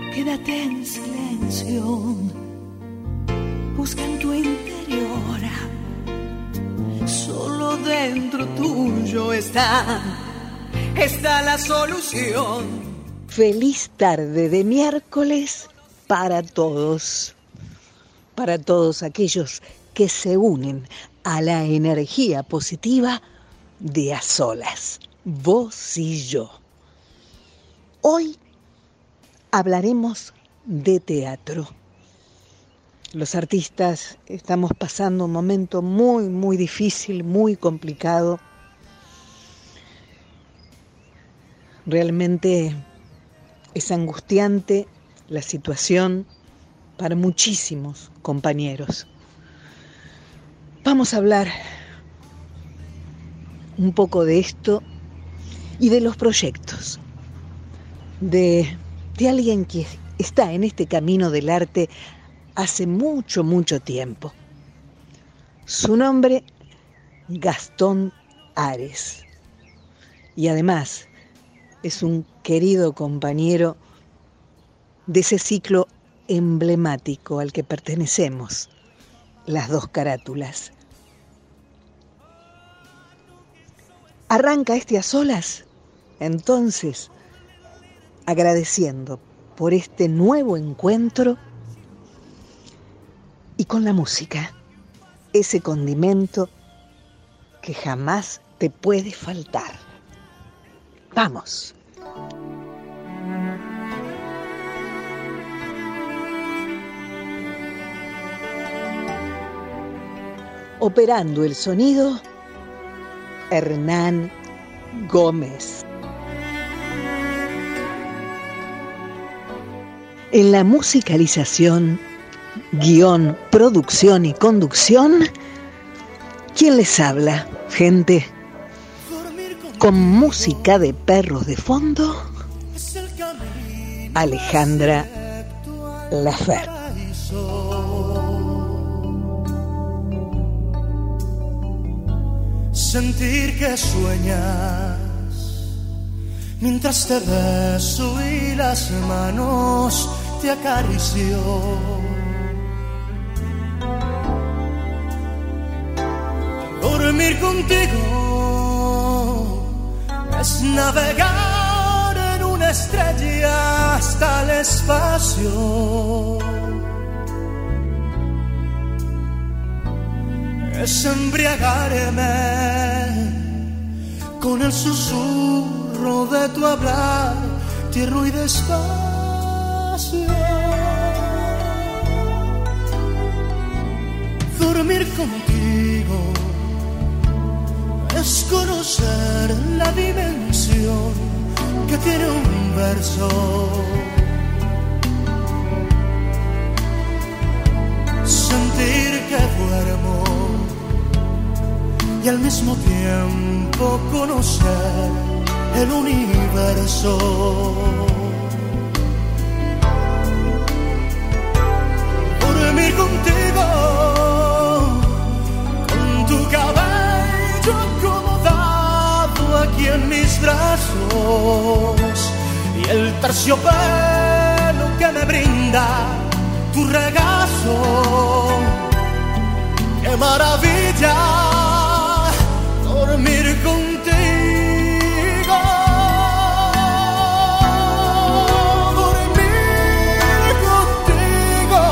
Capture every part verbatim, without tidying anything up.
Quédate en silencio, busca en tu interior, solo dentro tuyo está, está la solución. Feliz tarde de miércoles para todos, para todos aquellos que se unen a la energía positiva de A Solas, vos y yo. Hoy hablaremos de teatro. Los artistas estamos pasando un momento muy, muy difícil, muy complicado. Realmente es angustiante la situación para muchísimos compañeros. Vamos a hablar un poco de esto y de los proyectos, de, de alguien que está en este camino del arte hace mucho, mucho tiempo. Su nombre, Gastón Ares. Y además es un querido compañero de ese ciclo emblemático al que pertenecemos, Las Dos Carátulas. Arranca este A Solas, entonces, agradeciendo por este nuevo encuentro y con la música, ese condimento que jamás te puede faltar. ¡Vamos! Operando el sonido, Hernán Gómez. En la musicalización, guión, producción y conducción, ¿quién les habla, gente? Con música de perros de fondo, Alejandra Lafer. Sentir que sueñas mientras te beso y las manos te acaricio. Dormir contigo es navegar en una estrella hasta el espacio. Es embriagarme con el susurro de tu hablar, tierno y despacio. Dormir contigo es conocer la dimensión que tiene un verso. Sentir que duermo y al mismo tiempo conocer el universo. Dormir contigo, con tu cabello acomodado aquí en mis brazos y el terciopelo que me brinda tu regazo. ¡Qué maravilla! Dormir contigo, dormir contigo,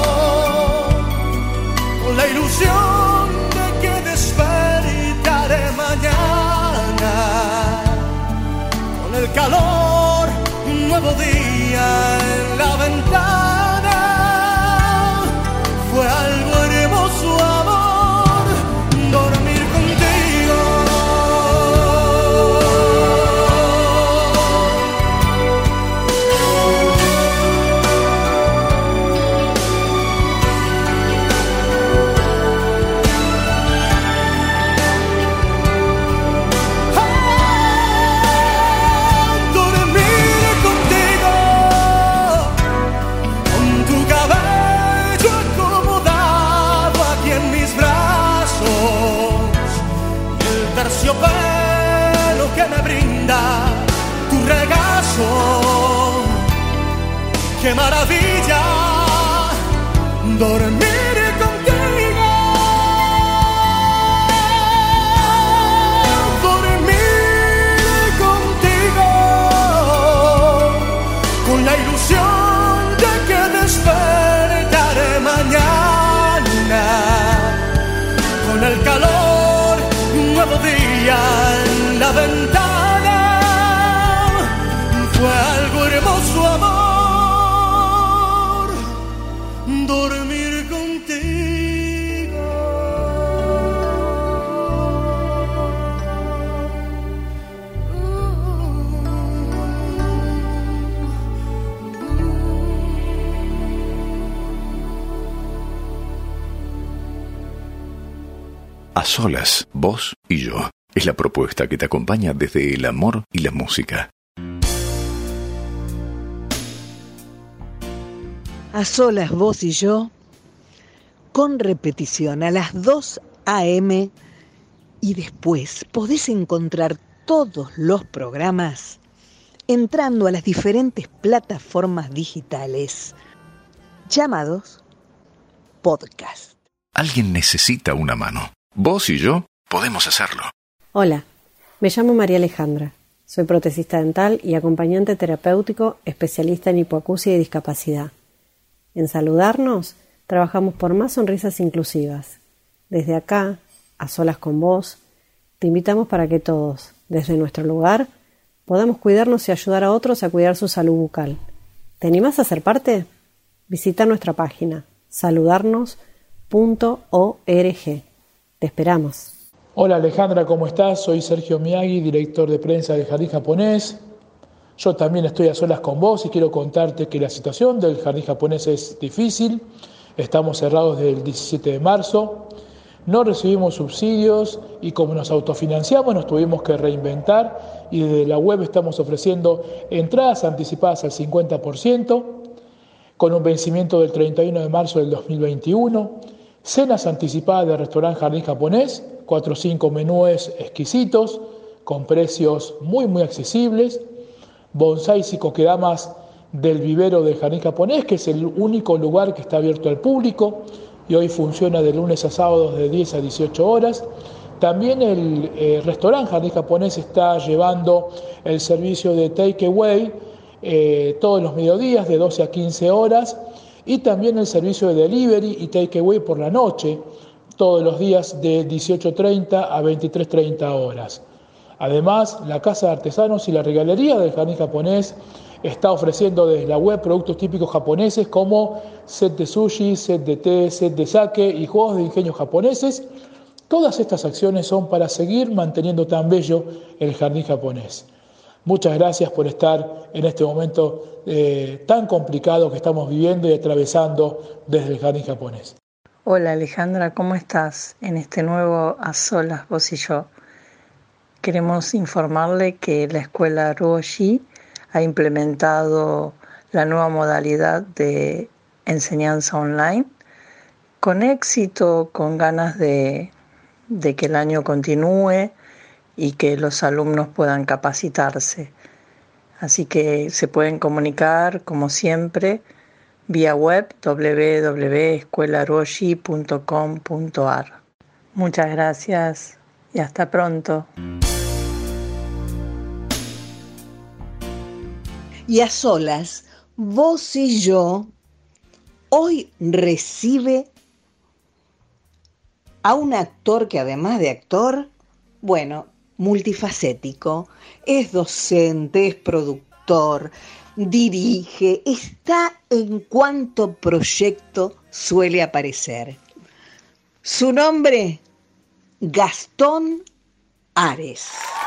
con la ilusión de que despertaré mañana, con el calor, un nuevo día en la ventana. Fue algo hermoso, amor, dormir contigo. qué maravilla dormir contigo, dormir contigo, con la ilusión de que despertaré mañana, con el calor de un nuevo día en la ventana. Fue algo hermoso, amor, dormir contigo. A solas, vos y yo. Es la propuesta que te acompaña desde el amor y la música. A solas, vos y yo, con repetición a las dos a eme, y después podés encontrar todos los programas entrando a las diferentes plataformas digitales llamados podcast. Alguien necesita una mano. Vos y yo podemos hacerlo. Hola, me llamo María Alejandra. Soy protesista dental y acompañante terapéutico especialista en hipoacusia y discapacidad. En Saludarnos trabajamos por más sonrisas inclusivas. Desde acá, a solas con vos, te invitamos para que todos, desde nuestro lugar, podamos cuidarnos y ayudar a otros a cuidar su salud bucal. ¿Te animás a ser parte? Visita nuestra página saludarnos punto org. Te esperamos. Hola Alejandra, ¿cómo estás? Soy Sergio Miyagi, director de prensa del Jardín Japonés. Yo también estoy a solas con vos y quiero contarte que la situación del Jardín Japonés es difícil. Estamos cerrados desde el diecisiete de marzo, no recibimos subsidios y como nos autofinanciamos nos tuvimos que reinventar y desde la web estamos ofreciendo entradas anticipadas al cincuenta por ciento con un vencimiento del treinta y uno de marzo del dos mil veintiuno, cenas anticipadas del restaurante Jardín Japonés, cuatro o cinco menúes exquisitos con precios muy muy accesibles, bonsáis y kokedamas del vivero del Jardín Japonés, que es el único lugar que está abierto al público y hoy funciona de lunes a sábados de diez a dieciocho horas. También el eh, restaurante Jardín Japonés está llevando el servicio de takeaway eh, todos los mediodías de doce a quince horas y también el servicio de delivery y takeaway por la noche todos los días de dieciocho treinta a veintitrés treinta horas. Además, la Casa de Artesanos y la Regalería del Jardín Japonés está ofreciendo desde la web productos típicos japoneses como set de sushi, set de té, set de sake y juegos de ingenio japoneses. Todas estas acciones son para seguir manteniendo tan bello el Jardín Japonés. Muchas gracias por estar en este momento eh, tan complicado que estamos viviendo y atravesando desde el Jardín Japonés. Hola Alejandra, ¿cómo estás? En este nuevo A Solas, vos y yo. Queremos informarle que la escuela Ruoshi ha implementado la nueva modalidad de enseñanza online con éxito, con ganas de, de que el año continúe y que los alumnos puedan capacitarse. Así que se pueden comunicar, como siempre, vía web doble u doble u doble u punto escuela ruoshi punto com punto a r. Muchas gracias y hasta pronto. Y a solas, vos y yo, hoy recibe a un actor que además de actor, bueno, multifacético, es docente, es productor, dirige, está en cuanto proyecto suele aparecer. Su nombre, Gastón Ares.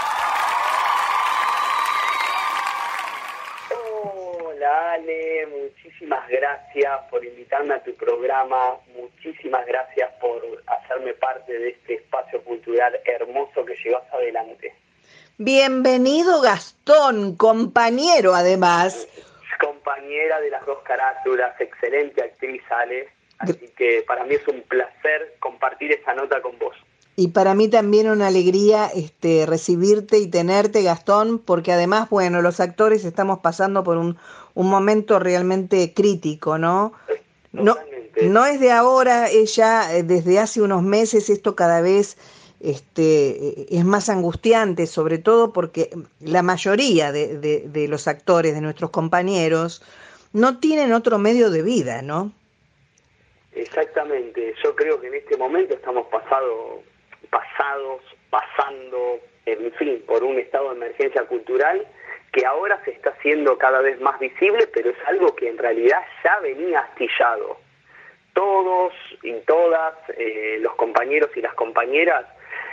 Hola Ale, muchísimas gracias por invitarme a tu programa, muchísimas gracias por hacerme parte de este espacio cultural hermoso que llevas adelante. Bienvenido Gastón, compañero además. Compañera de las dos carátulas, excelente actriz Ale, así que para mí es un placer compartir esta nota con vos. Y para mí también una alegría este, recibirte y tenerte, Gastón, porque además, bueno, los actores estamos pasando por un, un momento realmente crítico, ¿no? No, Totalmente. no es de ahora, es ya desde hace unos meses esto cada vez este, es más angustiante, sobre todo porque la mayoría de, de, de los actores, de nuestros compañeros, no tienen otro medio de vida, ¿no? Exactamente, yo creo que en este momento estamos pasado, pasados, pasando, en fin, por un estado de emergencia cultural que ahora se está haciendo cada vez más visible, pero es algo que en realidad ya venía astillado. Todos y todas, eh, los compañeros y las compañeras,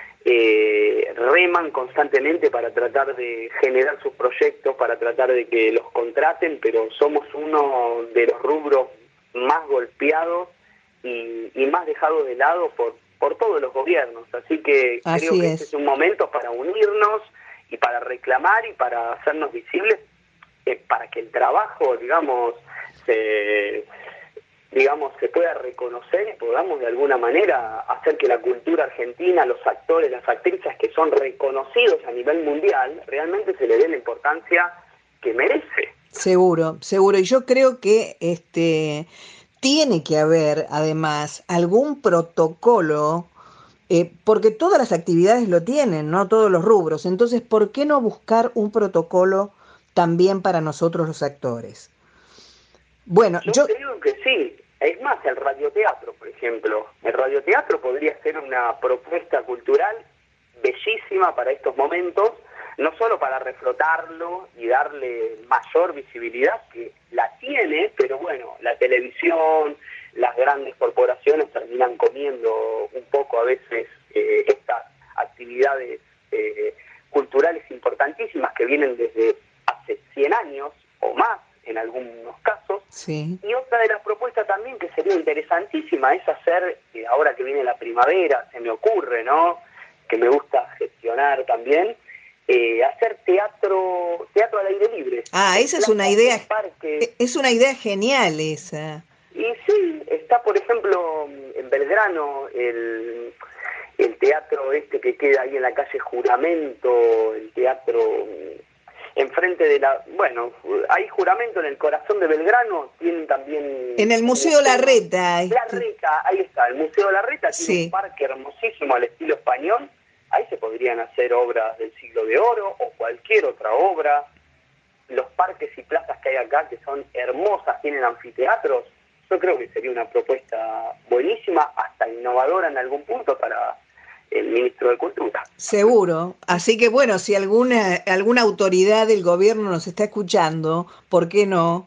eh, reman constantemente para tratar de generar sus proyectos, para tratar de que los contraten, pero somos uno de los rubros más golpeados y, y más dejados de lado por, por todos los gobiernos. Así que Así creo que es. este es un momento para unirnos y para reclamar y para hacernos visibles, eh, para que el trabajo, digamos, se... digamos, se pueda reconocer y podamos de alguna manera hacer que la cultura argentina, los actores, las actrices que son reconocidos a nivel mundial, realmente se le dé la importancia que merece. Seguro, seguro. Y yo creo que este tiene que haber, además, algún protocolo, eh, porque todas las actividades lo tienen, ¿no? Todos los rubros. Entonces, ¿por qué no buscar un protocolo también para nosotros los actores? Bueno, yo, yo creo que sí. Es más, el radioteatro, por ejemplo. El radioteatro podría ser una propuesta cultural bellísima para estos momentos, no solo para reflotarlo y darle mayor visibilidad, que la tiene, pero bueno, la televisión, las grandes corporaciones terminan comiendo un poco a veces eh, estas actividades eh, culturales importantísimas que vienen desde hace cien años o más, en algunos casos. Sí. Y otra de las propuestas también que sería interesantísima es hacer, eh, ahora que viene la primavera, se me ocurre, ¿no?, que me gusta gestionar también, eh, hacer teatro teatro al aire libre. Ah, esa es una idea, parque. es una idea genial esa. Y sí, está por ejemplo en Belgrano el, el teatro este que queda ahí en la calle Juramento, el teatro enfrente de la, bueno, hay Juramento en el corazón de Belgrano, tienen también... En el Museo Larreta. Este, Larreta, ahí está, el Museo Larreta tiene sí. un parque hermosísimo al estilo español, ahí se podrían hacer obras del Siglo de Oro o cualquier otra obra. Los parques y plazas que hay acá, que son hermosas, tienen anfiteatros, yo creo que sería una propuesta buenísima, hasta innovadora en algún punto para el ministro de Cultura. Seguro. Así que bueno, si alguna alguna autoridad del gobierno nos está escuchando, ¿por qué no?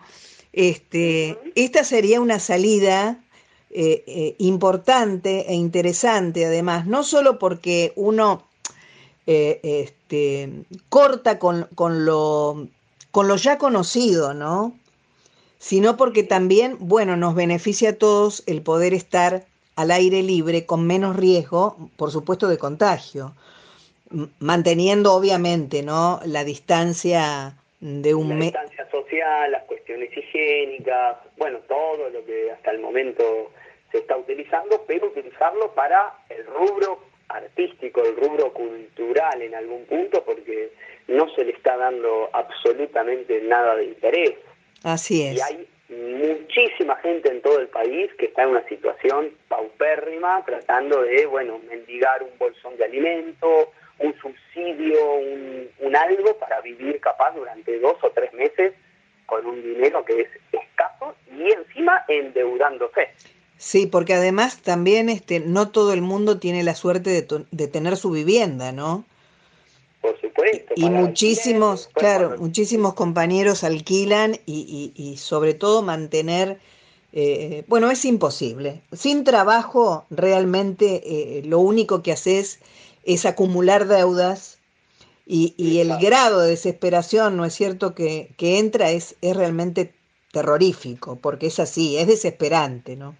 Este, uh-huh. Esta sería una salida eh, eh, importante e interesante, además, no solo porque uno eh, este, corta con, con lo con lo ya conocido, ¿no? Sino porque también, bueno, nos beneficia a todos el poder estar al aire libre con menos riesgo, por supuesto, de contagio, manteniendo obviamente, ¿no?, la distancia de un la me- distancia social, las cuestiones higiénicas, bueno, todo lo que hasta el momento se está utilizando, pero utilizarlo para el rubro artístico, el rubro cultural en algún punto, porque no se le está dando absolutamente nada de interés. Así es. Y hay muchísima gente en todo el país que está en una situación paupérrima, tratando de, bueno, mendigar un bolsón de alimento, un subsidio, un, un algo para vivir capaz durante dos o tres meses con un dinero que es escaso y encima endeudándose. Sí, porque además también este no todo el mundo tiene la suerte de, to- de tener su vivienda, ¿no? Por supuesto. Y muchísimos, alquiler, claro, cuando... muchísimos compañeros alquilan y, y, y sobre todo mantener, eh, bueno, es imposible. Sin trabajo realmente eh, lo único que haces es acumular deudas y, y el grado de desesperación, ¿no es cierto?, que, que entra es, es realmente terrorífico, porque es así, es desesperante, ¿no?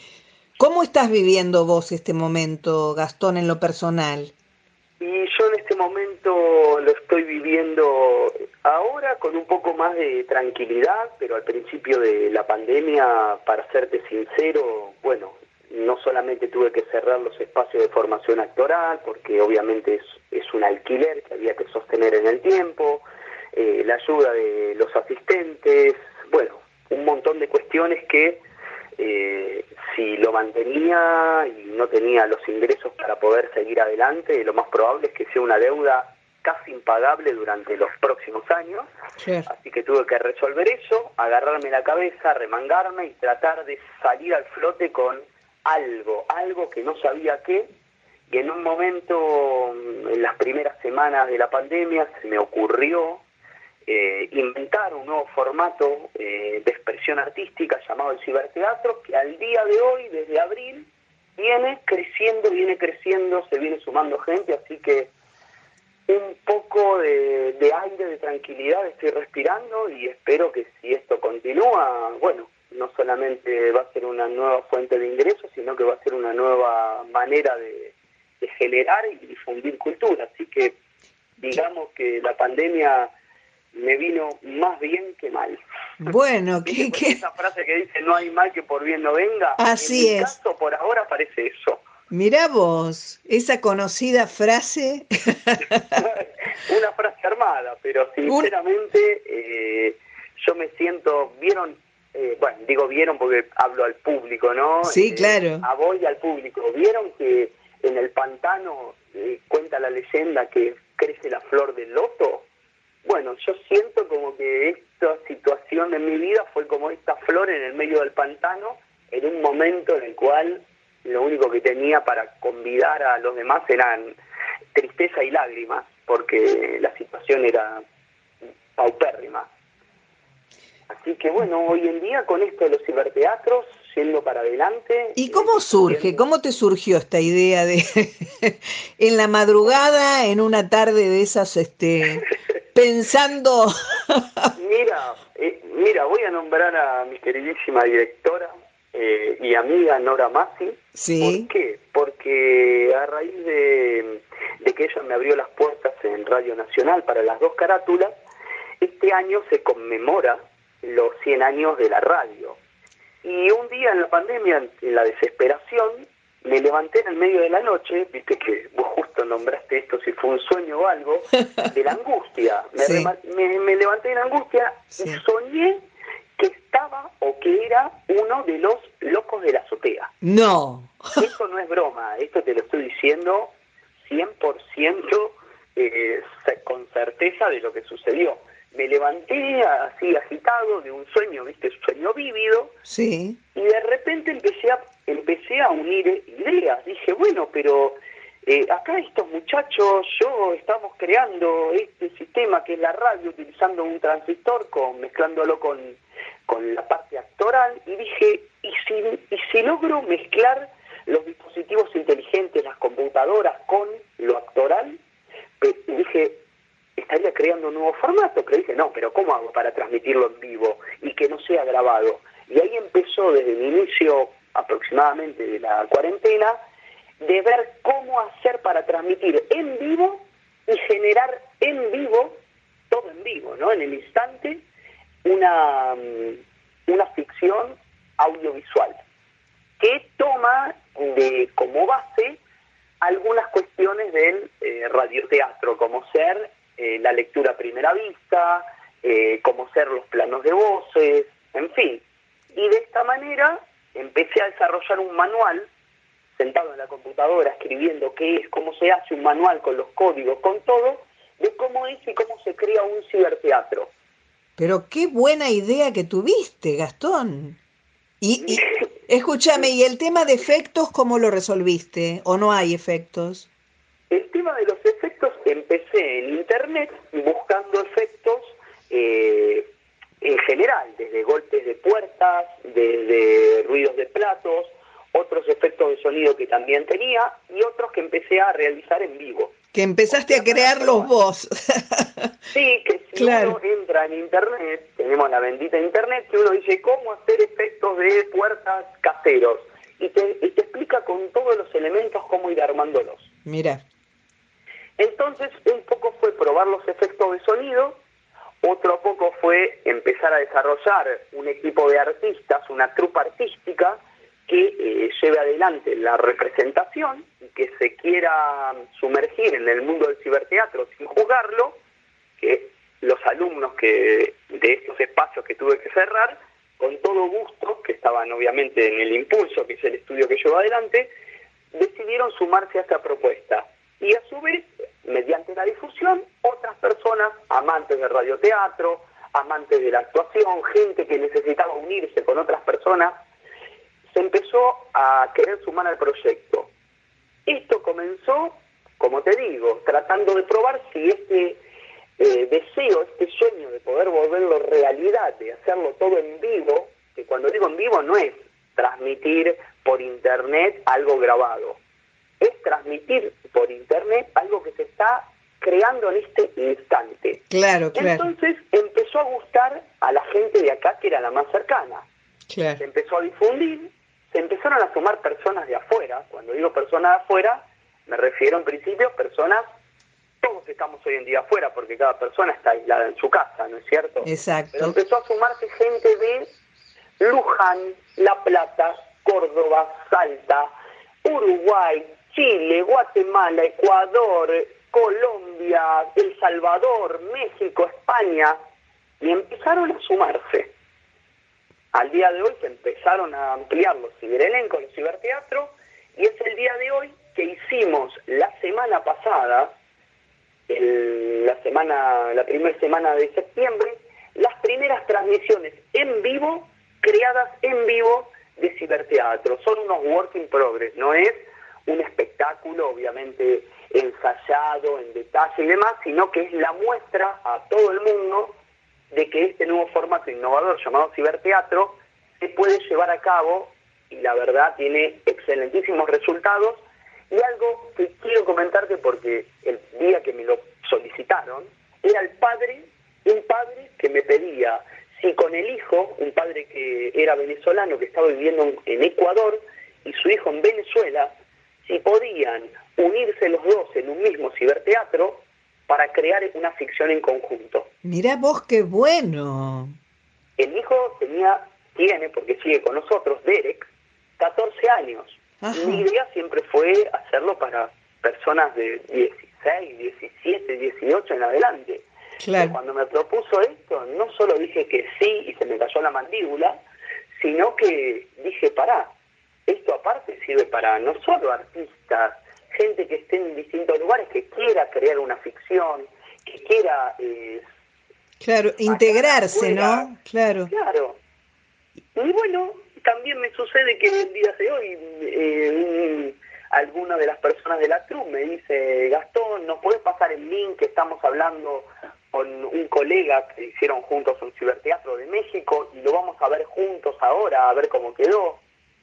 ¿Cómo estás viviendo vos este momento, Gastón, en lo personal? Y yo en este momento lo estoy viviendo ahora con un poco más de tranquilidad, pero al principio de la pandemia, para serte sincero, bueno, no solamente tuve que cerrar los espacios de formación actoral, porque obviamente es, es un alquiler que había que sostener en el tiempo, eh, la ayuda de los asistentes, bueno, un montón de cuestiones que eh, si lo mantenía y no tenía los ingresos para poder seguir adelante, lo más probable es que sea una deuda casi impagable durante los próximos años. Sí. Así que tuve que resolver eso, agarrarme la cabeza, remangarme y tratar de salir al flote con algo, algo que no sabía qué. Y en un momento, en las primeras semanas de la pandemia, se me ocurrió eh, inventar un nuevo formato eh, de expresión artística llamado el ciberteatro, que al día de hoy, desde abril, viene creciendo, viene creciendo, se viene sumando gente, así que un poco de, de aire, de tranquilidad estoy respirando y espero que si esto continúa, bueno, no solamente va a ser una nueva fuente de ingresos, sino que va a ser una nueva manera de, de generar y difundir cultura. Así que digamos que la pandemia me vino más bien que mal. Bueno, ¿qué, qué? Esa frase que dice no hay mal que por bien no venga, Así en mi es. caso por ahora parece eso. Mirá vos, esa conocida frase. Una frase armada, pero sinceramente eh, yo me siento, vieron, eh, bueno, digo vieron porque hablo al público, ¿no? Sí, Eh, claro. a vos y al público. ¿Vieron que en el pantano eh, cuenta la leyenda que crece la flor del loto? Bueno, yo siento como que esta situación en mi vida fue como esta flor en el medio del pantano, en un momento en el cual lo único que tenía para convidar a los demás eran tristeza y lágrimas, porque la situación era paupérrima. Así que bueno, hoy en día con esto de los ciberteatros, yendo para adelante... ¿Y cómo eh, surge? siendo... ¿Cómo te surgió esta idea de en la madrugada, en una tarde de esas, este, pensando... Mira, eh, mira, voy a nombrar a mi queridísima directora eh, y amiga Nora Masi. Sí. ¿Por qué? Porque a raíz de, de que ella me abrió las puertas en Radio Nacional para las dos carátulas, este año se conmemora los cien años de la radio. Y un día en la pandemia, en la desesperación, me levanté en el medio de la noche, viste que vos justo nombraste esto, si fue un sueño o algo, de la angustia. Me, Sí. rema- me, me levanté de la angustia Sí. y soñé que estaba o que era uno de los locos de la azotea. No. Esto no es broma, esto te lo estoy diciendo cien por ciento eh, con certeza de lo que sucedió. Me levanté así agitado de un sueño, viste, un sueño vívido, Sí. y de repente empecé a, empecé a unir ideas. Dije, bueno, pero eh, acá estos muchachos, yo estamos creando este sistema que es la radio, utilizando un transistor, con mezclándolo con, con la parte actoral, y dije, ¿y si, y si logro mezclar los dispositivos inteligentes, las computadoras, con lo actoral? Y dije, estaría creando un nuevo formato, pero dije, no, pero ¿cómo hago para transmitirlo en vivo y que no sea grabado? Y ahí empezó desde el inicio aproximadamente de la cuarentena, de ver cómo hacer para transmitir en vivo y generar en vivo, todo en vivo, ¿no? En el instante, una, una ficción audiovisual que toma de como base algunas cuestiones del eh, radioteatro, como ser eh, la lectura a primera vista, eh, como ser los planos de voces, en fin. Y de esta manera empecé a desarrollar un manual, sentado en la computadora, escribiendo qué es, cómo se hace un manual con los códigos, con todo, de cómo es y cómo se crea un ciberteatro. Pero qué buena idea que tuviste, Gastón. Y, y escúchame, ¿y el tema de efectos cómo lo resolviste? ¿O no hay efectos? El tema de los efectos, empecé en internet buscando efectos eh, en general, desde golpes de puertas, desde ruidos de platos, otros efectos de sonido que también tenía y otros que empecé a realizar en vivo. Que empezaste a crearlos vos. Sí, que si Claro. uno entra en internet, tenemos la bendita internet, que uno dice cómo hacer efectos de puertas caseros y te, y te explica con todos los elementos cómo ir armándolos. Mira. Entonces, un poco fue probar los efectos de sonido, otro poco fue empezar a desarrollar un equipo de artistas, una trupa artística que eh, lleve adelante la representación y que se quiera sumergir en el mundo del ciberteatro sin jugarlo, que los alumnos que de estos espacios que tuve que cerrar, con todo gusto, que estaban obviamente en el Impulso, que es el estudio que llevo adelante, decidieron sumarse a esta propuesta. Y a su vez, mediante la difusión, otras personas, amantes del radioteatro, amantes de la actuación, gente que necesitaba unirse con otras personas, se empezó a querer sumar al proyecto. Esto comenzó, como te digo, tratando de probar si este eh, deseo, este sueño de poder volverlo realidad, de hacerlo todo en vivo, que cuando digo en vivo no es transmitir por internet algo grabado, es transmitir por internet algo que se está creando en este instante. Claro, claro. Entonces empezó a gustar a la gente de acá, que era la más cercana. Claro. Se empezó a difundir, se empezaron a sumar personas de afuera. Cuando digo personas de afuera, me refiero en principio a personas, todos estamos hoy en día afuera, porque cada persona está aislada en su casa, ¿no es cierto? Exacto. Pero empezó a sumarse gente de Luján, La Plata, Córdoba, Salta, Uruguay, Chile, Guatemala, Ecuador, Colombia, El Salvador, México, España, y empezaron a sumarse. Al día de hoy se empezaron a ampliar los ciberelencos, los ciberteatros, y es el día de hoy que hicimos la semana pasada, el, la semana, la primera semana de septiembre, las primeras transmisiones en vivo, creadas en vivo de ciberteatro. Son unos work in progress, no es un espectáculo obviamente ensayado en detalle y demás, sino que es la muestra a todo el mundo de que este nuevo formato innovador llamado ciberteatro se puede llevar a cabo, y la verdad tiene excelentísimos resultados. Y algo que quiero comentarte, porque el día que me lo solicitaron, era el padre, un padre que me pedía si con el hijo, un padre que era venezolano, que estaba viviendo en Ecuador, y su hijo en Venezuela, si podían unirse los dos en un mismo ciberteatro para crear una ficción en conjunto. Mirá vos, qué bueno. El hijo tenía, tiene, porque sigue con nosotros, Derek, catorce años. Ajá. Mi idea siempre fue hacerlo para personas de dieciséis, diecisiete, dieciocho en adelante. Claro. Pero cuando me propuso esto, no solo dije que sí y se me cayó la mandíbula, sino que dije, pará, esto aparte sirve para no solo artistas, gente que esté en distintos lugares, que quiera crear una ficción, que quiera... Eh, claro, integrarse, ¿no? Claro. Claro. Y bueno, también me sucede que el día de hoy eh, alguna de las personas de la troupe me dice, Gastón, ¿nos podés pasar el link que estamos hablando con un colega que hicieron juntos un ciberteatro de México y lo vamos a ver juntos ahora, a ver cómo quedó?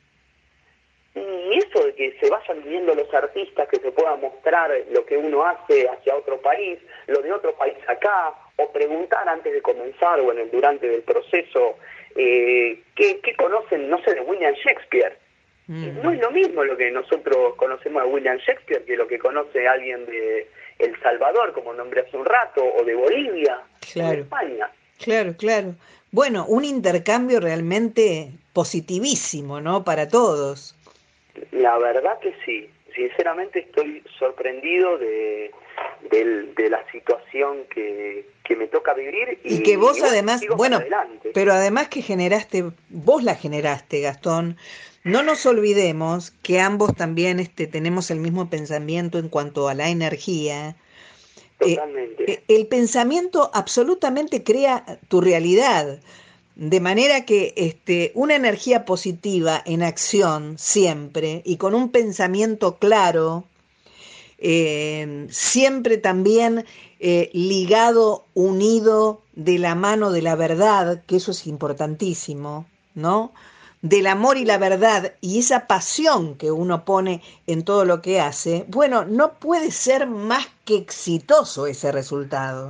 Y eso de que se vayan viendo los artistas, que se pueda mostrar lo que uno hace hacia otro país, lo de otro país acá, o preguntar antes de comenzar o en el durante del proceso, eh, ¿qué, qué conocen, no sé, de William Shakespeare? Mm. No es lo mismo lo que nosotros conocemos de William Shakespeare que lo que conoce alguien de El Salvador, como nombré hace un rato, o de Bolivia, claro, o de España. Claro, claro. Bueno, un intercambio realmente positivísimo, ¿no? Para todos. La verdad que sí, sinceramente estoy sorprendido de, de, de la situación que, que me toca vivir. Y, y que vos y además, bueno, pero además que generaste, vos la generaste, Gastón. No nos olvidemos que ambos también este, tenemos el mismo pensamiento en cuanto a la energía. Totalmente. Eh, el pensamiento absolutamente crea tu realidad. De manera que este, una energía positiva en acción siempre y con un pensamiento claro, eh, siempre también eh, ligado, unido de la mano de la verdad, que eso es importantísimo, ¿no? Del amor y la verdad y esa pasión que uno pone en todo lo que hace, bueno, no puede ser más que exitoso ese resultado.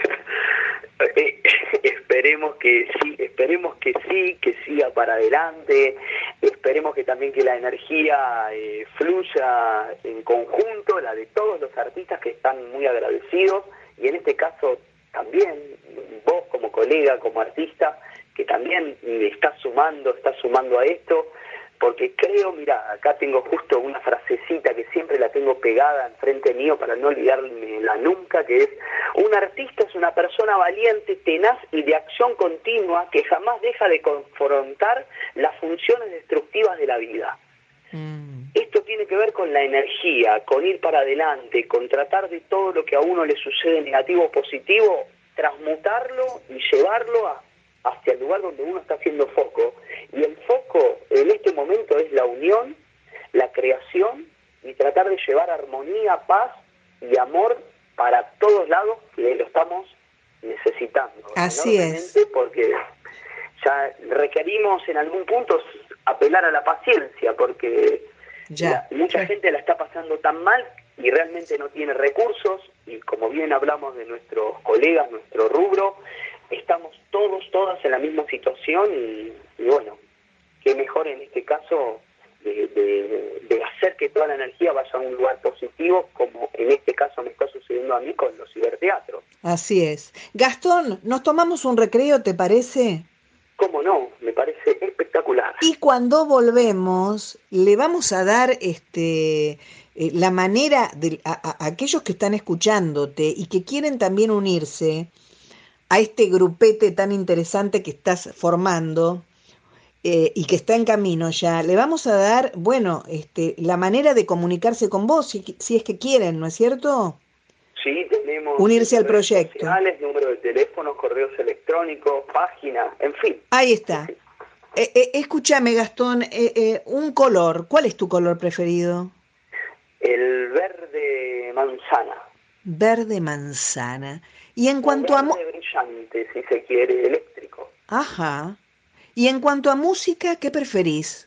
Esperemos que sí, esperemos que sí, que siga para adelante, esperemos que también que la energía eh, fluya en conjunto, la de todos los artistas que están muy agradecidos, y en este caso también vos como colega, como artista, que también estás sumando, estás sumando a esto, porque creo, mira, acá tengo justo una frasecita que siempre la tengo pegada enfrente mío para no olvidármela nunca, que es: un artista es una persona valiente, tenaz y de acción continua que jamás deja de confrontar las funciones destructivas de la vida. Mm. Esto tiene que ver con la energía, con ir para adelante, con tratar de todo lo que a uno le sucede negativo o positivo, transmutarlo y llevarlo a hacia el lugar donde uno está haciendo foco. Y el foco en este momento es la unión, la creación y tratar de llevar armonía, paz y amor para todos lados, que lo estamos necesitando. Así es. Porque ya requerimos en algún punto apelar a la paciencia, porque ya, la, mucha ya. gente la está pasando tan mal y realmente no tiene recursos, y como bien hablamos de nuestros colegas, nuestro rubro, estamos todos, todas en la misma situación y, y bueno, qué mejor en este caso de, de, de hacer que toda la energía vaya a un lugar positivo, como en este caso me está sucediendo a mí con los ciberteatros. Así es. Gastón, ¿nos tomamos un recreo, te parece? ¿Cómo no? Me parece espectacular. Y cuando volvemos, le vamos a dar este... eh, la manera de a, a aquellos que están escuchándote y que quieren también unirse a este grupete tan interesante que estás formando eh, y que está en camino ya, le vamos a dar, bueno, este, la manera de comunicarse con vos, si, si es que quieren, ¿no es cierto? Sí, tenemos... Unirse al proyecto. Sociales, número de teléfono, correos electrónicos, página, en fin. Ahí está. Sí. Eh, eh, escúchame, Gastón, eh, eh, un color, ¿cuál es tu color preferido? El verde manzana. Verde manzana. Y en cuanto a... Verde brillante, si se quiere, eléctrico. Ajá. Y en cuanto a música, ¿qué preferís?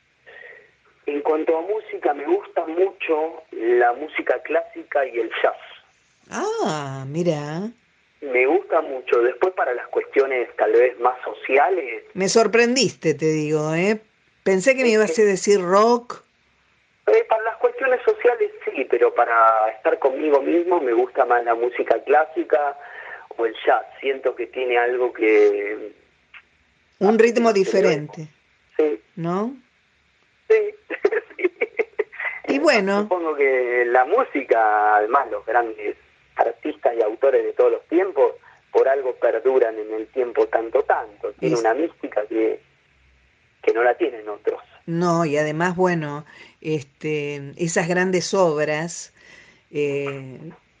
En cuanto a música, me gusta mucho la música clásica y el jazz. Ah, mira. Me gusta mucho. Después, para las cuestiones tal vez más sociales... Me sorprendiste, te digo, ¿eh? Pensé que me ibas a decir rock. Eh, para las cuestiones sociales sí, pero para estar conmigo mismo me gusta más la música clásica o el jazz. Siento que tiene algo que... Un ritmo diferente. Sí. ¿No? Sí, sí. Y bueno... Supongo que la música, además los grandes artistas y autores de todos los tiempos, por algo perduran en el tiempo tanto, tanto. Tiene es... una mística que, que no la tienen otros. No, y además, bueno, este, esas grandes obras, eh,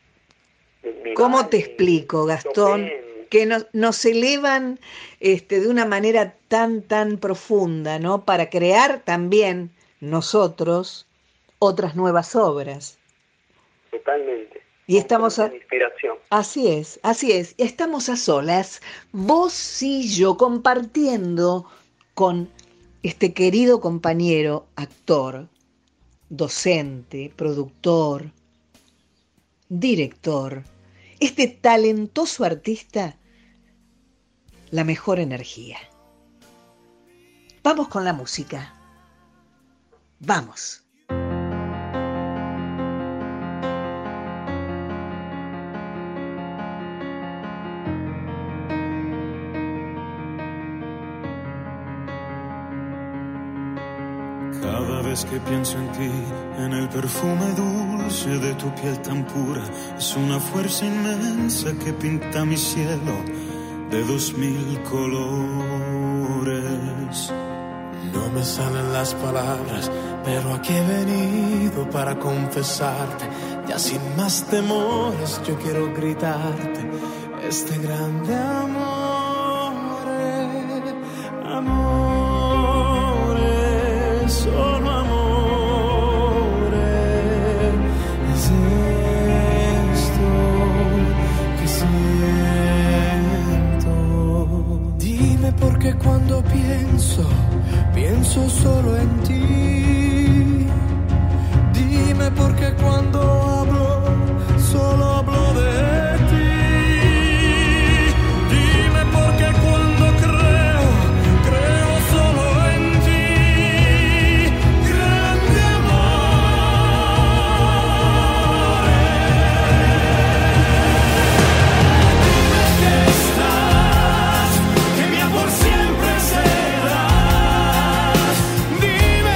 ¿cómo te explico, Gastón? Que nos, nos elevan este, de una manera tan, tan profunda, ¿no? Para crear también nosotros otras nuevas obras. Totalmente. Y estamos a... inspiración. Así es, así es. Estamos a solas, vos y yo, compartiendo con este querido compañero, actor, docente, productor, director, este talentoso artista, la mejor energía. Vamos con la música. Vamos. Cada vez que pienso en ti, en el perfume dulce de tu piel tan pura, es una fuerza inmensa que pinta mi cielo de dos mil colores. No me salen las palabras, pero aquí he venido para confesarte. Ya sin más temores yo quiero gritarte este grande amor, amor. Solo amor es esto que siento. Dime por qué cuando pienso, pienso solo en ti. Dime por qué cuando hablo, solo hablo de ti. Dime por qué cuando creo, creo solo en ti. Dime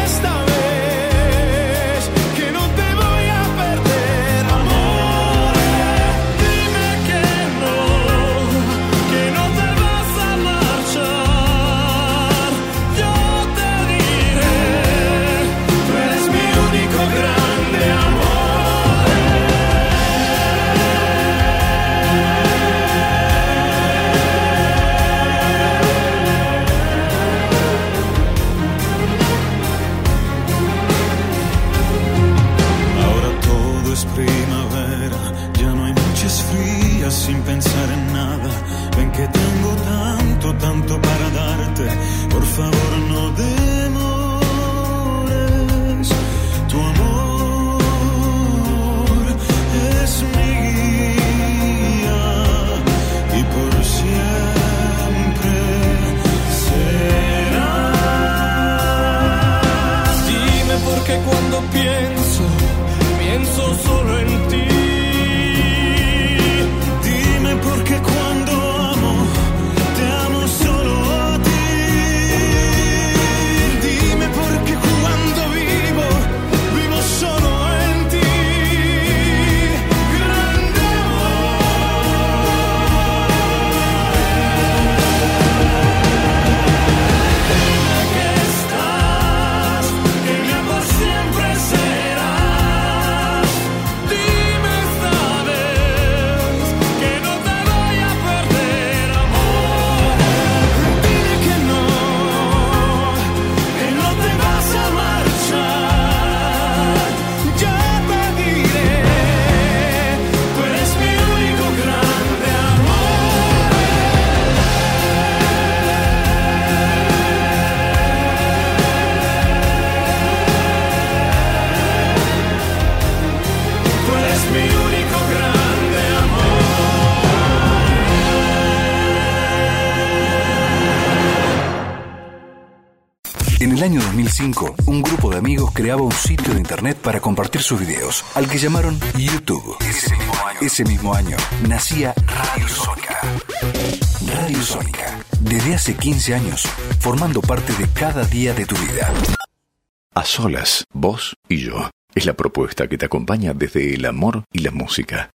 En el año dos mil cinco, un grupo de amigos creaba un sitio de internet para compartir sus videos, al que llamaron YouTube. Ese mismo año, Ese mismo año nacía Radio Sónica. Radio Sónica, desde hace quince años, formando parte de cada día de tu vida. A solas, vos y yo. Es la propuesta que te acompaña desde el amor y la música.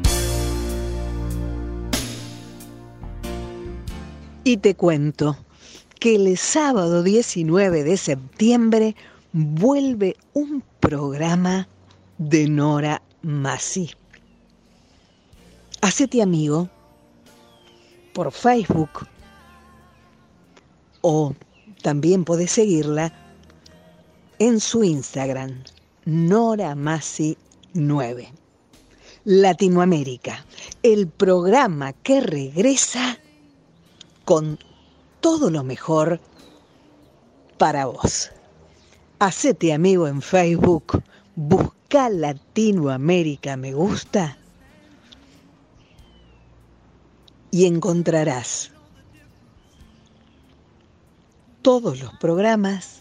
Y te cuento que el sábado diecinueve de septiembre vuelve un programa de Nora Masi. Hacete amigo por Facebook o también podés seguirla en su Instagram, Nora Masi nueve. Latinoamérica, el programa que regresa con todo lo mejor para vos. Hacete amigo en Facebook, busca Latinoamérica me gusta y encontrarás todos los programas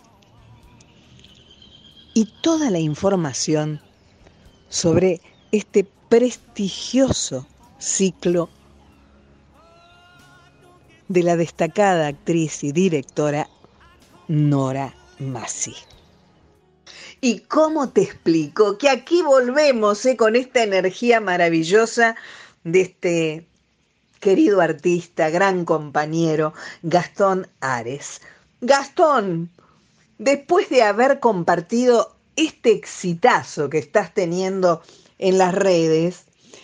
y toda la información sobre este prestigioso ciclo de la destacada actriz y directora Nora Masi. ¿Y cómo te explico? Que aquí volvemos eh, con esta energía maravillosa de este querido artista, gran compañero, Gastón Ares. Gastón, después de haber compartido este exitazo que estás teniendo en las redes,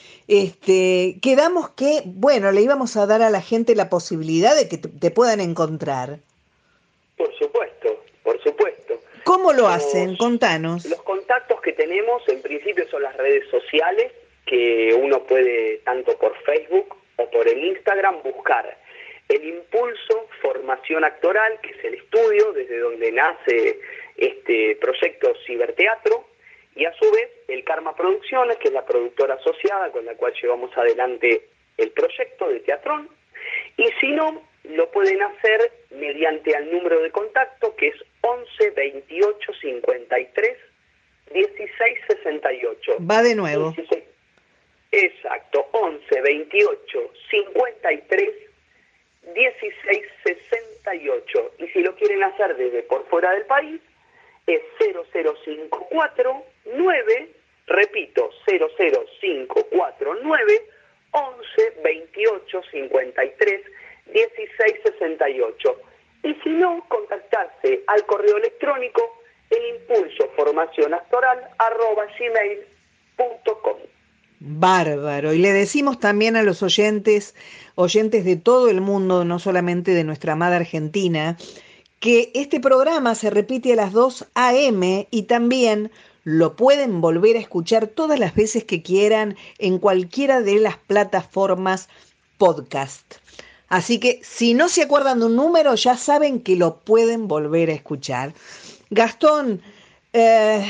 Este, quedamos que, bueno, le íbamos a dar a la gente la posibilidad de que te, te puedan encontrar. Por supuesto, por supuesto. ¿Cómo lo los, hacen? Contanos. Los contactos que tenemos en principio son las redes sociales, que uno puede tanto por Facebook o por el Instagram buscar el Impulso Formación Actoral, que es el estudio desde donde nace este proyecto Ciberteatro, y a su vez el Karma Producciones, que es la productora asociada con la cual llevamos adelante el proyecto de Teatrón. Y si no, lo pueden hacer mediante el número de contacto, que es once veintiocho cincuenta y tres dieciséis sesenta y ocho. Va de nuevo. dieciséis Exacto, once veintiocho cincuenta y tres dieciséis sesenta y ocho. Y si lo quieren hacer desde por fuera del país, es cero cero cinco cuatro nueve, repito, cero cero cinco cuatro nueve once veintiocho cincuenta y tres dieciséis sesenta y ocho. Y si no, contactarse al correo electrónico el impulso formación actoral arroba gmail punto com. Bárbaro. Y le decimos también a los oyentes, oyentes de todo el mundo, no solamente de nuestra amada Argentina, que este programa se repite a las dos a eme y también lo pueden volver a escuchar todas las veces que quieran en cualquiera de las plataformas podcast. Así que si no se acuerdan de un número, ya saben que lo pueden volver a escuchar. Gastón, eh,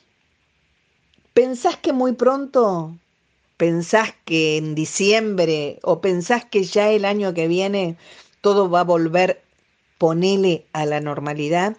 ¿pensás que muy pronto, pensás que en diciembre o pensás que ya el año que viene todo va a volver, ponele, a la normalidad?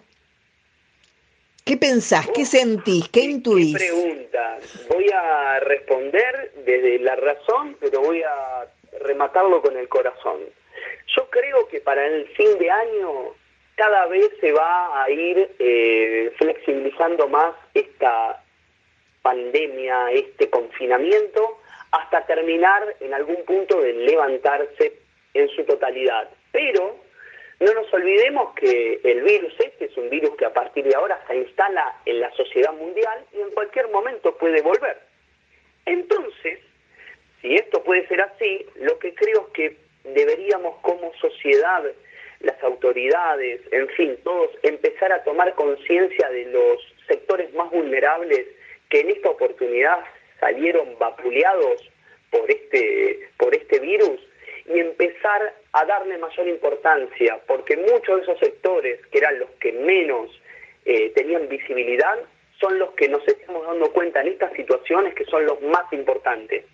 ¿Qué pensás? ¿Qué sentís? ¿Qué intuís? ¿Qué pregunta? Voy a responder desde la razón, pero voy a rematarlo con el corazón. Yo creo que para el fin de año cada vez se va a ir eh, flexibilizando más esta pandemia, este confinamiento, hasta terminar en algún punto de levantarse en su totalidad. Pero no nos olvidemos que el virus este es un virus que a partir de ahora se instala en la sociedad mundial y en cualquier momento puede volver. Entonces, si esto puede ser así, lo que creo es que deberíamos como sociedad, las autoridades, en fin, todos, empezar a tomar conciencia de los sectores más vulnerables que en esta oportunidad salieron vapuleados por este, por este virus, y empezar a darle mayor importancia, porque muchos de esos sectores, que eran los que menos eh, tenían visibilidad, son los que nos estamos dando cuenta en estas situaciones que son los más importantes.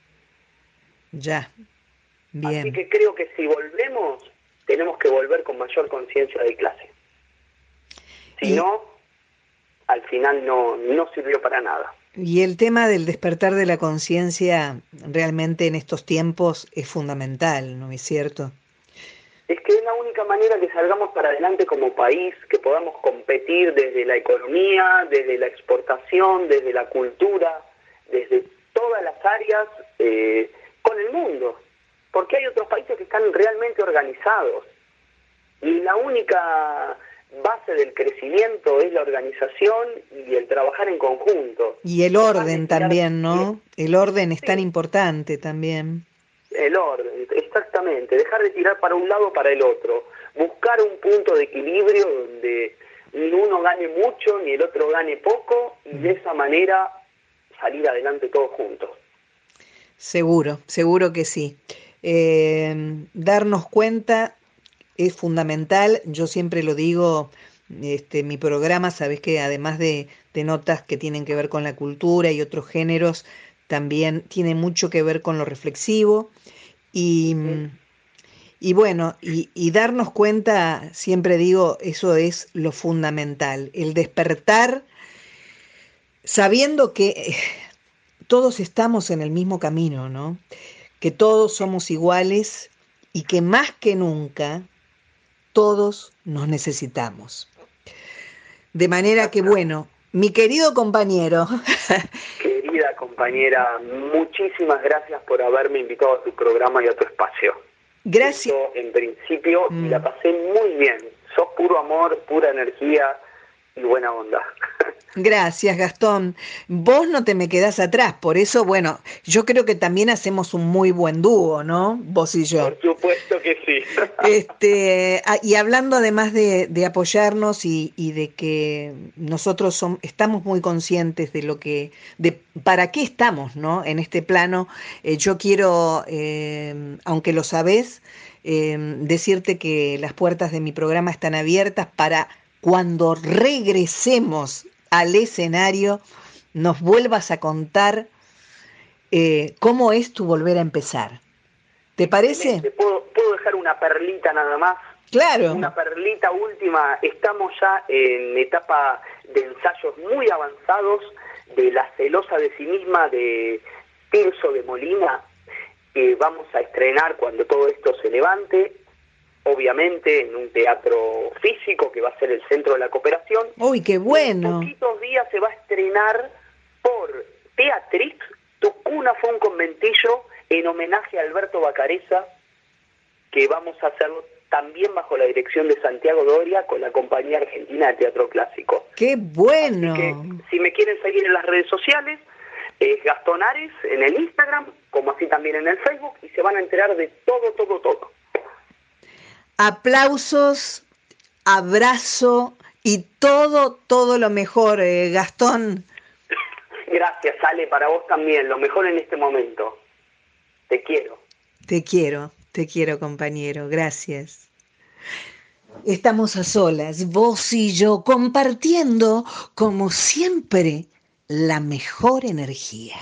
Ya, bien. Así que creo que si volvemos, tenemos que volver con mayor conciencia de clase. Si no, al final no, no sirvió para nada. Y el tema del despertar de la conciencia realmente en estos tiempos es fundamental, ¿no es cierto? Es que es la única manera que salgamos para adelante como país, que podamos competir desde la economía, desde la exportación, desde la cultura, desde todas las áreas eh, con el mundo. Porque hay otros países que están realmente organizados. Y la única base del crecimiento es la organización y el trabajar en conjunto. Y el orden también, ¿no? El orden es tan importante también. El orden, exactamente. Dejar de tirar para un lado o para el otro. Buscar un punto de equilibrio donde ni uno gane mucho ni el otro gane poco y de esa manera salir adelante todos juntos. Seguro, seguro que sí. Eh, darnos cuenta es fundamental. Yo siempre lo digo, este, mi programa, sabes que además de, de notas que tienen que ver con la cultura y otros géneros, también tiene mucho que ver con lo reflexivo y, sí. y bueno, y, y darnos cuenta, siempre digo, eso es lo fundamental, el despertar sabiendo que todos estamos en el mismo camino, ¿no? Que todos somos iguales y que más que nunca todos nos necesitamos. De manera que, bueno, mi querido compañero. Querida compañera, muchísimas gracias por haberme invitado a tu programa y a tu espacio. Gracias. Esto, en principio, mm. y la pasé muy bien. Sos puro amor, pura energía y buena onda. Gracias, Gastón. Vos no te me quedás atrás, por eso, bueno, yo creo que también hacemos un muy buen dúo, ¿no? Vos y yo. Por supuesto que sí. Este, y hablando además de, de apoyarnos y, y de que nosotros son, estamos muy conscientes de lo que, de para qué estamos, ¿no? En este plano, eh, yo quiero, eh, aunque lo sabés, eh, decirte que las puertas de mi programa están abiertas para cuando regresemos al escenario, nos vuelvas a contar eh, cómo es tu volver a empezar. ¿Te parece? ¿Puedo, ¿Puedo dejar una perlita nada más? Claro. Una perlita última. Estamos ya en etapa de ensayos muy avanzados de La celosa de sí misma de Tirso de Molina, que vamos a estrenar cuando todo esto se levante. Obviamente en un teatro físico que va a ser el Centro de la Cooperación. ¡Uy, qué bueno! En poquitos días se va a estrenar por Teatrix, Tu cuna fue un conventillo, en homenaje a Alberto Bacareza, que vamos a hacerlo también bajo la dirección de Santiago Doria con la Compañía Argentina de Teatro Clásico. ¡Qué bueno! Así que, si me quieren seguir en las redes sociales, es Gastón Ares en el Instagram, como así también en el Facebook, y se van a enterar de todo, todo, todo. Aplausos, abrazo y todo, todo lo mejor, eh, Gastón. Gracias, Ale, para vos también, lo mejor en este momento. Te quiero. Te quiero, te quiero, compañero, gracias. Estamos a solas, vos y yo, compartiendo, como siempre, la mejor energía.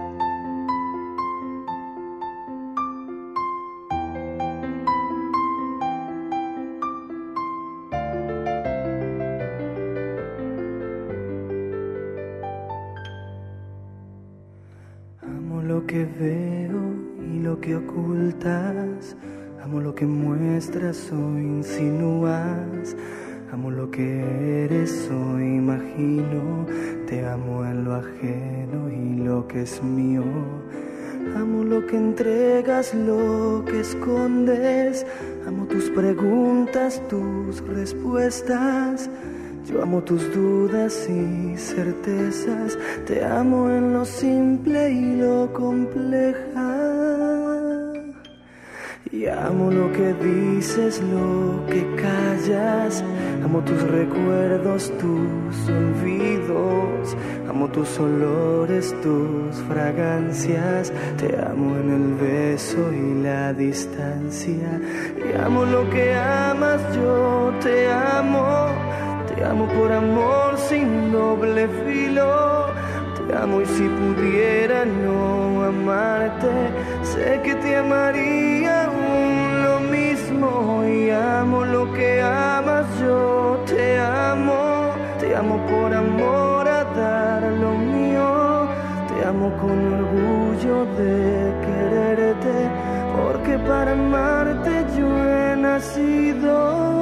Lo que veo y lo que ocultas, amo lo que muestras o insinúas, amo lo que eres o imagino, te amo en lo ajeno y lo que es mío, amo lo que entregas, lo que escondes, amo tus preguntas, tus respuestas. Yo amo tus dudas y certezas, te amo en lo simple y lo compleja. Y amo lo que dices, lo que callas, amo tus recuerdos, tus olvidos, amo tus olores, tus fragancias, te amo en el beso y la distancia. Y amo lo que amas, yo te amo. Te amo por amor sin doble filo. Te amo y si pudiera no amarte, sé que te amaría aún lo mismo. Y amo lo que amas, yo te amo. amo por amor a dar lo mío, te amo con orgullo de quererte, porque para amarte yo he nacido.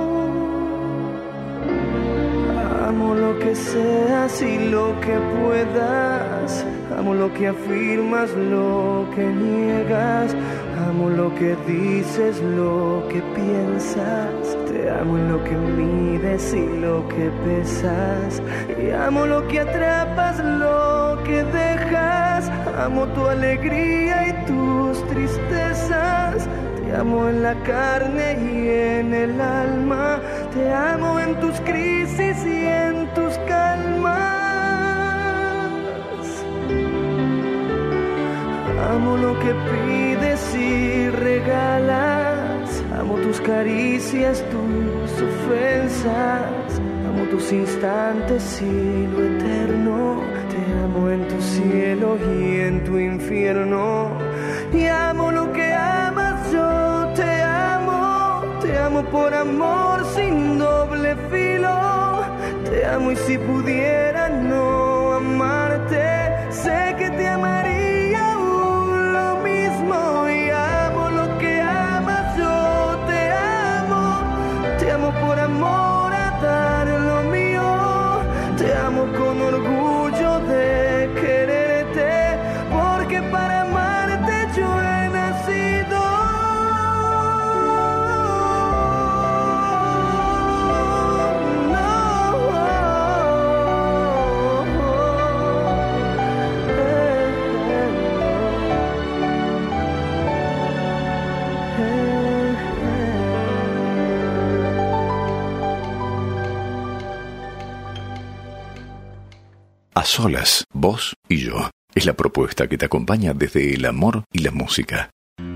Amo lo que seas y lo que puedas, amo lo que afirmas, lo que niegas, amo lo que dices, lo que piensas, te amo en lo que mides y lo que pesas, y amo lo que atrapas, lo que dejas, amo tu alegría y tus tristezas, te amo en la carne y en el alma, te amo en tus crisis y en tus calmas. Amo lo que pides y regalas, amo tus caricias, tus ofensas, amo tus instantes y lo eterno, te amo en tu cielo y en tu infierno, y amo lo que amas, yo te amo, te amo por amor sin doble filo, te amo y si pudiera no amarte, sé que te amaría aún lo mismo, y amo lo que amas, yo te amo, te amo por amor a dar lo mío, te amo con orgullo de quererte, porque para amarte yo he nacido. A solas, vos y yo. Es la propuesta que te acompaña desde el amor y la música.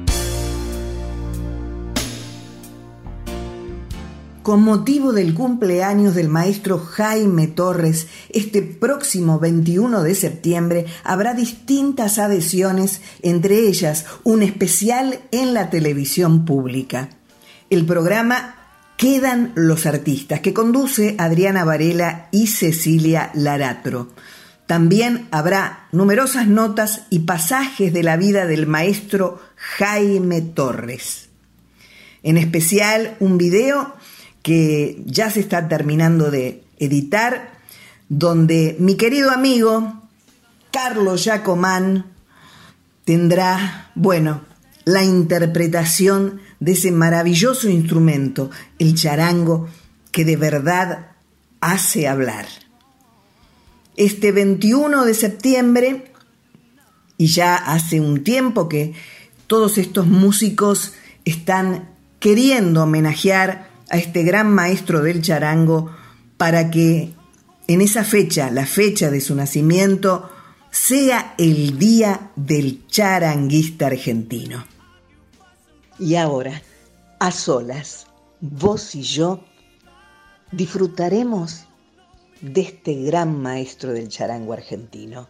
Con motivo del cumpleaños del maestro Jaime Torres, este próximo veintiuno de septiembre habrá distintas adhesiones, entre ellas un especial en la televisión pública. El programa Quedan los artistas, que conduce Adriana Varela y Cecilia Laratro. También habrá numerosas notas y pasajes de la vida del maestro Jaime Torres. En especial un video que ya se está terminando de editar, donde mi querido amigo Carlos Giacomán tendrá, bueno, la interpretación de ese maravilloso instrumento, el charango, que de verdad hace hablar. Este veintiuno de septiembre, y ya hace un tiempo que todos estos músicos están queriendo homenajear a este gran maestro del charango para que en esa fecha, la fecha de su nacimiento, sea el Día del Charanguista Argentino. Y ahora, a solas, vos y yo, disfrutaremos de este gran maestro del charango argentino,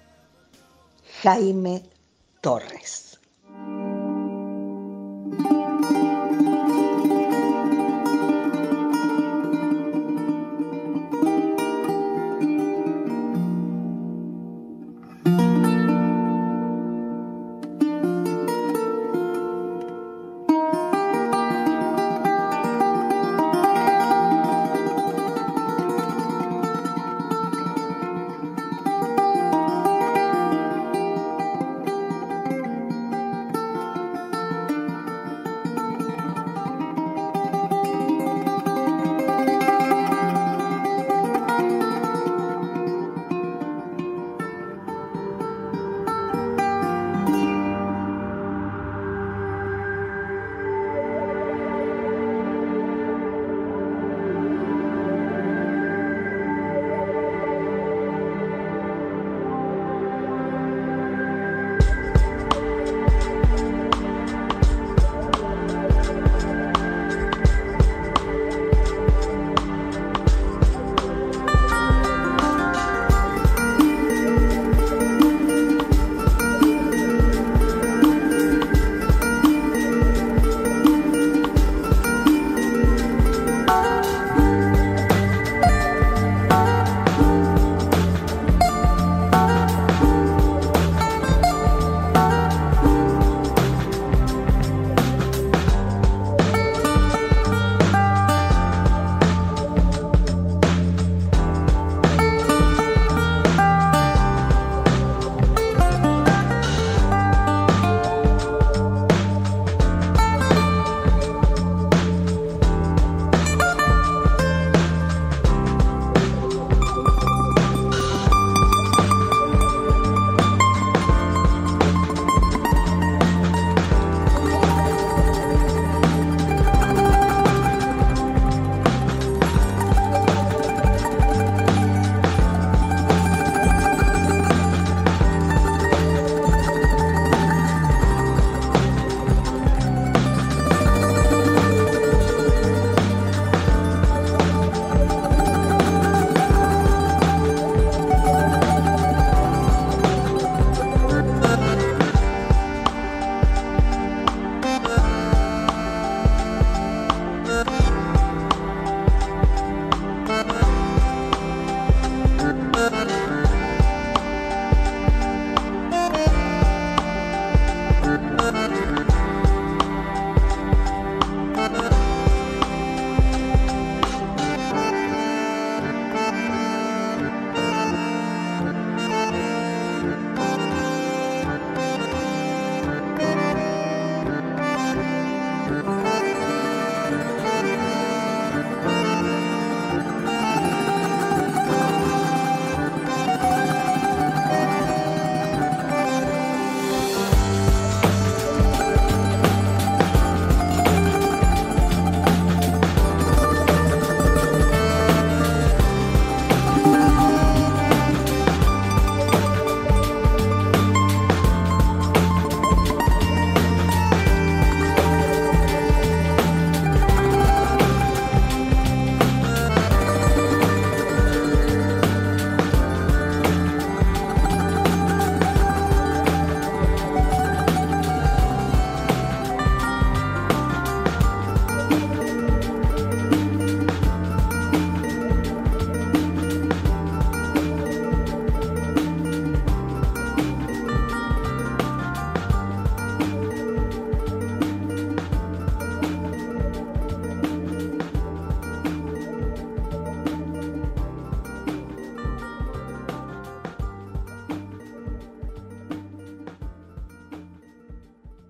Jaime Torres.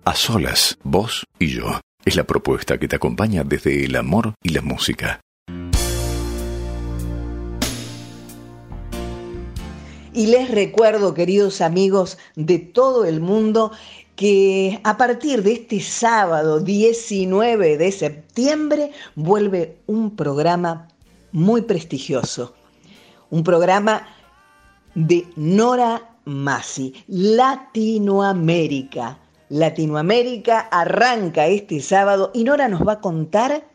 A solas, vos y yo. Es la propuesta que te acompaña desde el amor y la música. Y les recuerdo, queridos amigos de todo el mundo, que a partir de este sábado diecinueve de septiembre vuelve un programa muy prestigioso. Un programa de Nora Masi, Latinoamérica. Latinoamérica arranca este sábado y Nora nos va a contar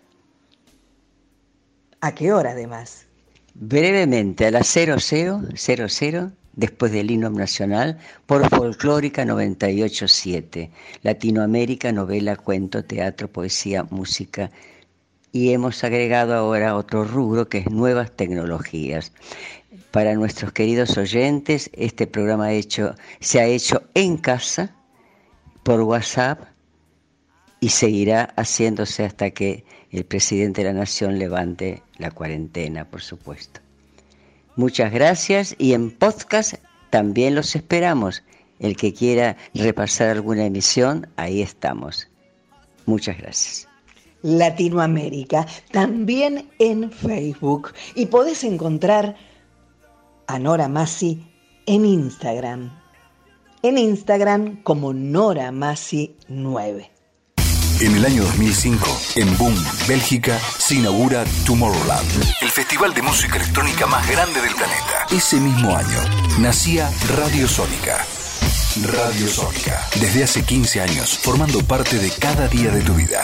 a qué hora además. Brevemente, a las cero cero, cero cero, después del himno nacional, por Folclórica noventa y ocho punto siete. Latinoamérica, novela, cuento, teatro, poesía, música. Y hemos agregado ahora otro rubro que es nuevas tecnologías. Para nuestros queridos oyentes, este programa hecho, se ha hecho en casa, por WhatsApp, y seguirá haciéndose hasta que el presidente de la Nación levante la cuarentena, por supuesto. Muchas gracias, y en podcast también los esperamos. El que quiera repasar alguna emisión, ahí estamos. Muchas gracias. Latinoamérica, también en Facebook. Y podés encontrar a Nora Masi en Instagram. En Instagram como Nora Masi nueve. En el año dos mil cinco, en Boom, Bélgica, se inaugura Tomorrowland, el festival de música electrónica más grande del planeta. Ese mismo año, nacía Radio Sónica. Radio Sónica, desde hace quince años, formando parte de cada día de tu vida.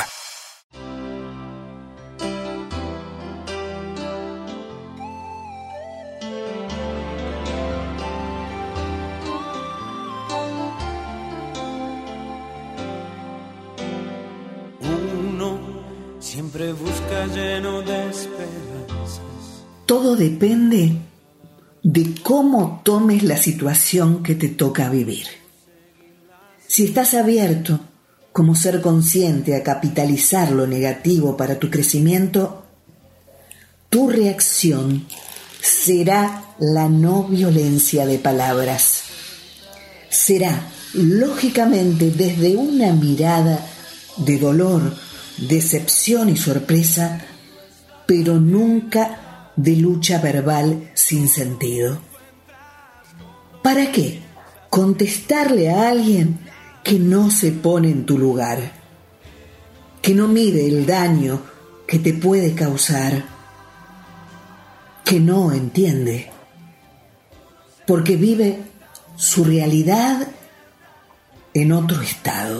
Siempre busca lleno de esperanzas. Todo depende de cómo tomes la situación que te toca vivir. Si estás abierto, como ser consciente a capitalizar lo negativo para tu crecimiento, tu reacción será la no violencia de palabras. Será, lógicamente, desde una mirada de dolor, decepción y sorpresa, pero nunca de lucha verbal sin sentido. ¿Para qué? Contestarle a alguien que no se pone en tu lugar, que no mide el daño que te puede causar, que no entiende, porque vive su realidad en otro estado.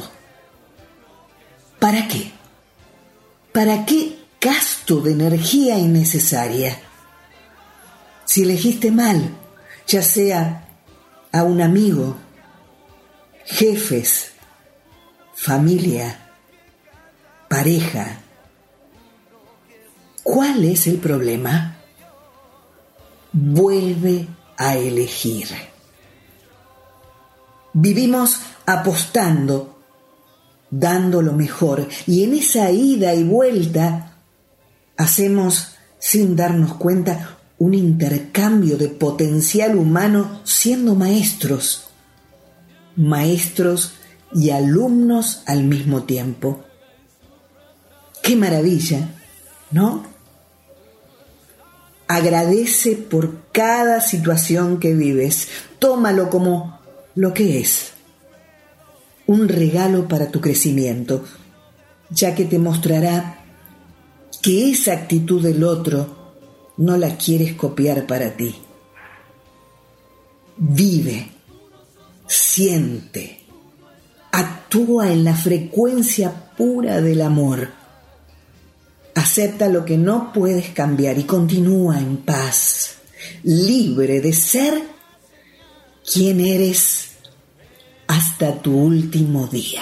¿Para qué? ¿Para qué gasto de energía innecesaria? Si elegiste mal, ya sea a un amigo, jefes, familia, pareja, ¿cuál es el problema? Vuelve a elegir. Vivimos apostando, dando lo mejor, y en esa ida y vuelta hacemos, sin darnos cuenta, un intercambio de potencial humano siendo maestros, maestros y alumnos al mismo tiempo. ¡Qué maravilla!, ¿no? Agradece por cada situación que vives, tómalo como lo que es. Un regalo para tu crecimiento, ya que te mostrará que esa actitud del otro no la quieres copiar para ti. Vive, siente, actúa en la frecuencia pura del amor. Acepta lo que no puedes cambiar y continúa en paz, libre de ser quien eres hasta tu último día.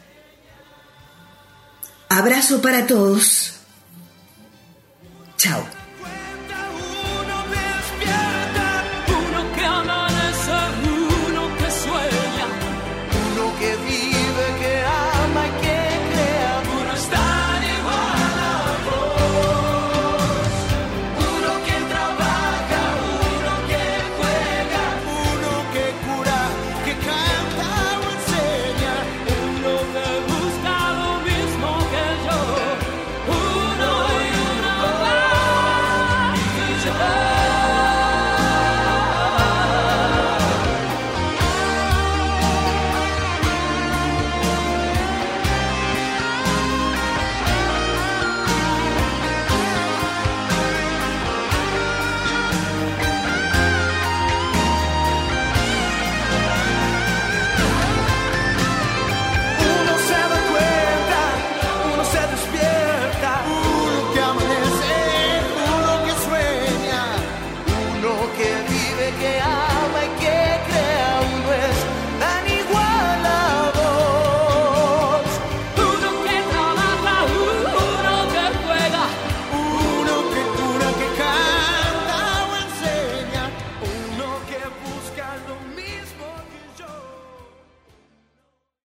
Abrazo para todos. Chao.